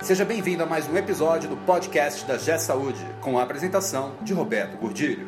Seja bem-vindo a mais um episódio do podcast da GE Saúde, com a apresentação de Roberto Gordilho.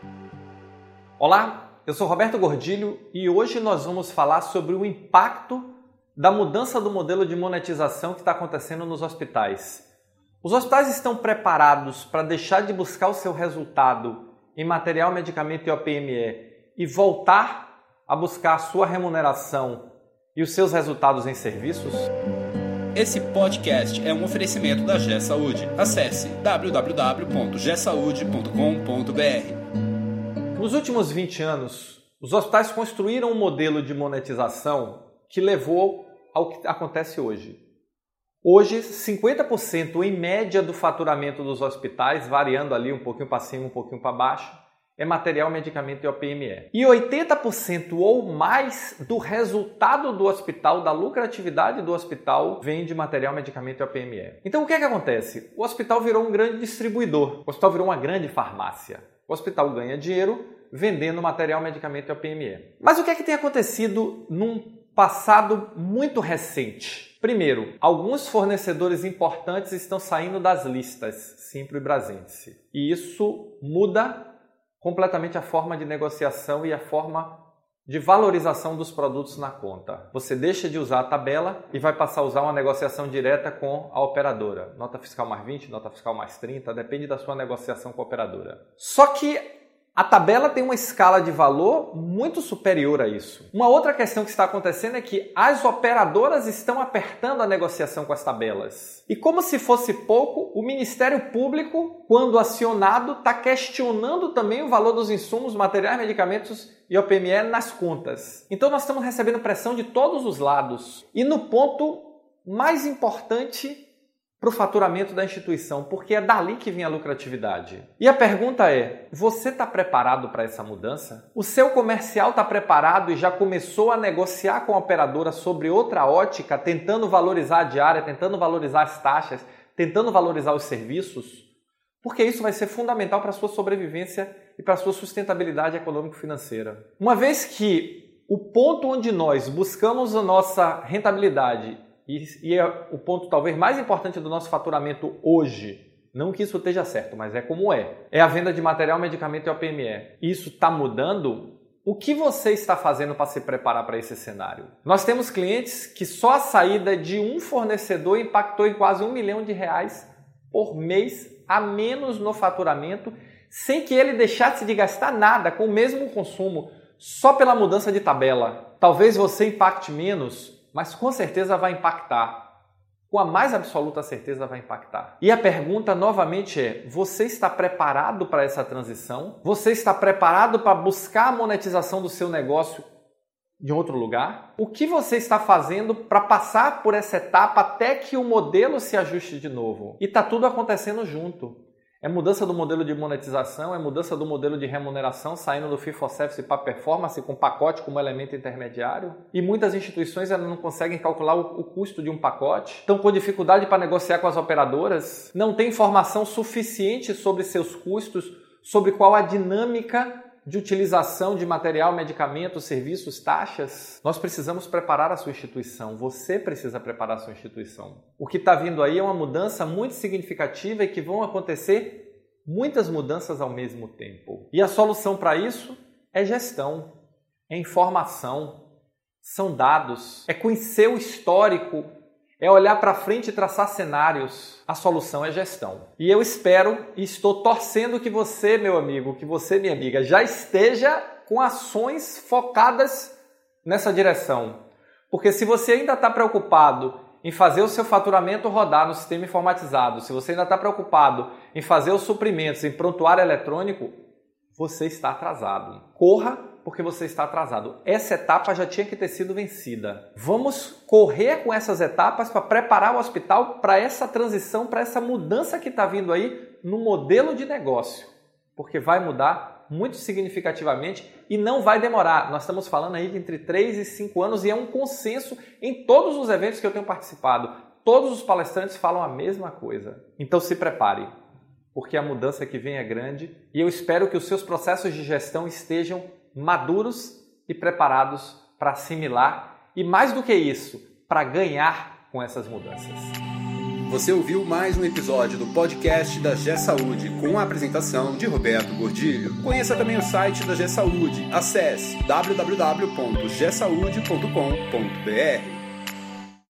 Olá, eu sou Roberto Gordilho e hoje nós vamos falar sobre o impacto da mudança do modelo de monetização que está acontecendo nos hospitais. Os hospitais estão preparados para deixar de buscar o seu resultado em material, medicamento e OPME e voltar a buscar a sua remuneração e os seus resultados em serviços? Esse podcast é um oferecimento da GE Saúde. Acesse www.gesaude.com.br. Nos últimos 20 anos, os hospitais construíram um modelo de monetização que levou ao que acontece hoje. Hoje, 50% em média do faturamento dos hospitais, variando ali um pouquinho para cima, um pouquinho para baixo, é material, medicamento e OPME. E 80% ou mais do resultado do hospital, da lucratividade do hospital, vem de material, medicamento e OPME. Então o que é que acontece? O hospital virou um grande distribuidor, o hospital virou uma grande farmácia. O hospital ganha dinheiro vendendo material, medicamento e OPME. Mas o que é que tem acontecido num passado muito recente? Primeiro, alguns fornecedores importantes estão saindo das listas, Simpro e Brasíndice. E isso muda completamente a forma de negociação e a forma de valorização dos produtos na conta. Você deixa de usar a tabela e vai passar a usar uma negociação direta com a operadora. Nota fiscal mais 20, nota fiscal mais 30, depende da sua negociação com a operadora. Só que a tabela tem uma escala de valor muito superior a isso. Uma outra questão que está acontecendo é que as operadoras estão apertando a negociação com as tabelas. E como se fosse pouco, o Ministério Público, quando acionado, está questionando também o valor dos insumos, materiais, medicamentos e OPME nas contas. Então nós estamos recebendo pressão de todos os lados. E no ponto mais importante para o faturamento da instituição, porque é dali que vem a lucratividade. E a pergunta é, você está preparado para essa mudança? O seu comercial está preparado e já começou a negociar com a operadora sobre outra ótica, tentando valorizar a diária, tentando valorizar as taxas, tentando valorizar os serviços? Porque isso vai ser fundamental para a sua sobrevivência e para a sua sustentabilidade econômico-financeira. Uma vez que o ponto onde nós buscamos a nossa rentabilidade e é o ponto talvez mais importante do nosso faturamento hoje, não que isso esteja certo, mas é como é a venda de material, medicamento e OPME. Isso está mudando? O que você está fazendo para se preparar para esse cenário? Nós temos clientes que só a saída de um fornecedor impactou em quase R$1 milhão por mês a menos no faturamento, sem que ele deixasse de gastar nada com o mesmo consumo, só pela mudança de tabela. Talvez você impacte menos, mas com certeza vai impactar. Com a mais absoluta certeza vai impactar. E a pergunta novamente é, você está preparado para essa transição? Você está preparado para buscar a monetização do seu negócio de outro lugar? O que você está fazendo para passar por essa etapa até que o modelo se ajuste de novo? E está tudo acontecendo junto. É mudança do modelo de monetização, é mudança do modelo de remuneração, saindo do fee for service para performance com pacote como elemento intermediário. E muitas instituições ainda não conseguem calcular o custo de um pacote, estão com dificuldade para negociar com as operadoras, não tem informação suficiente sobre seus custos, sobre qual a dinâmica de utilização de material, medicamentos, serviços, taxas. Nós precisamos preparar a sua instituição, você precisa preparar a sua instituição. O que está vindo aí é uma mudança muito significativa e que vão acontecer muitas mudanças ao mesmo tempo. E a solução para isso é gestão, é informação, são dados, é conhecer o histórico, é olhar para frente e traçar cenários. A solução é gestão. E eu espero e estou torcendo que você, meu amigo, que você, minha amiga, já esteja com ações focadas nessa direção. Porque se você ainda está preocupado em fazer o seu faturamento rodar no sistema informatizado, se você ainda está preocupado em fazer os suprimentos em prontuário eletrônico, você está atrasado. Corra, porque você está atrasado. Essa etapa já tinha que ter sido vencida. Vamos correr com essas etapas para preparar o hospital para essa transição, para essa mudança que está vindo aí no modelo de negócio. Porque vai mudar muito significativamente e não vai demorar. Nós estamos falando aí de entre 3 e 5 anos e é um consenso em todos os eventos que eu tenho participado. Todos os palestrantes falam a mesma coisa. Então se prepare, porque a mudança que vem é grande e eu espero que os seus processos de gestão estejam maduros e preparados para assimilar e, mais do que isso, para ganhar com essas mudanças. Você ouviu mais um episódio do podcast da G Saúde, com a apresentação de Roberto Gordilho. Conheça também o site da G Saúde. Acesse www.gsaude.com.br.